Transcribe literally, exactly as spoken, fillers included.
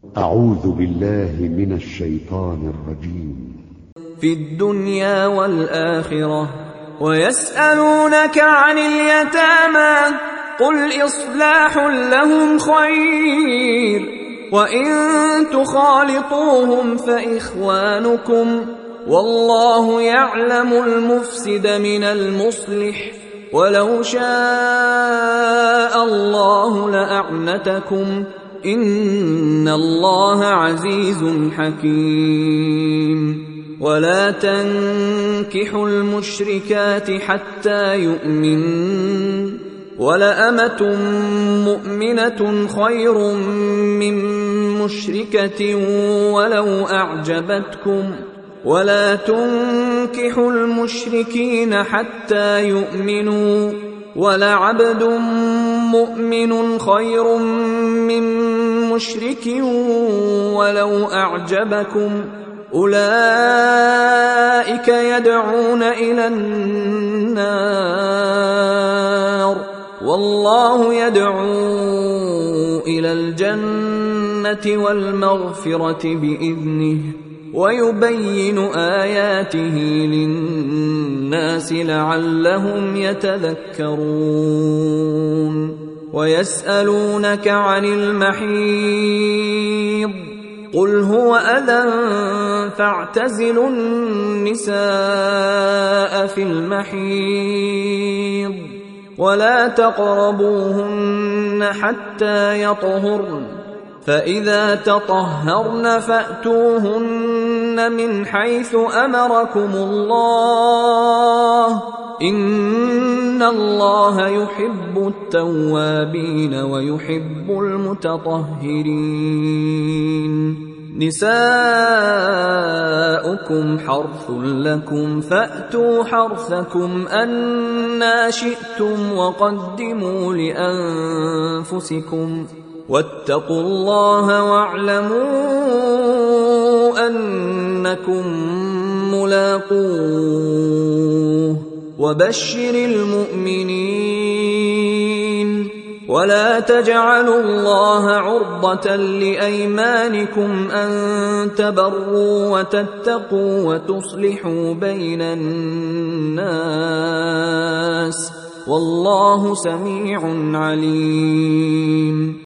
أعوذ بالله من الشيطان الرجيم. في الدنيا والآخرة. ويسألونك عن اليتامى قل إصلاح لهم خير وإن تخالطوهم فإخوانكم والله يعلم المفسد من المصلح ولو شاء الله لأعنتكم إن الله عزيز حكيم. ولا تنكحوا المشركات حتى يؤمنن ولأمة مؤمنة خير من مشركة ولو أعجبتكم ولا تنكحوا المشركين حتى يؤمنوا ولعبد مؤمن خير من مشرك ولو أعجبكم أولئك يدعون إلى النار والله يدعو إلى الجنة والمغفرة بإذنه ويبين آياته للناس لعلهم يتذكرون. ويسألونك عن المحيض قل هو أذى فاعتزلوا النساء في المحيض ولا تقربوهن حتى يطهرن فإذا تطهرن فأتوهن من حيث أمركم الله إن الله يحب التوابين ويحب المتطهرين. نساؤكم حرث لكم فأتوا حرثكم أنى شئتم وقدموا لأنفسكم واتقوا الله واعلموا أنكم ملاقوه وبشر المؤمنين. ولا تجعلوا الله عرضة لأيمانكم أن تبروا وتتقوا وتصلحوا بين الناس والله سميع عليم.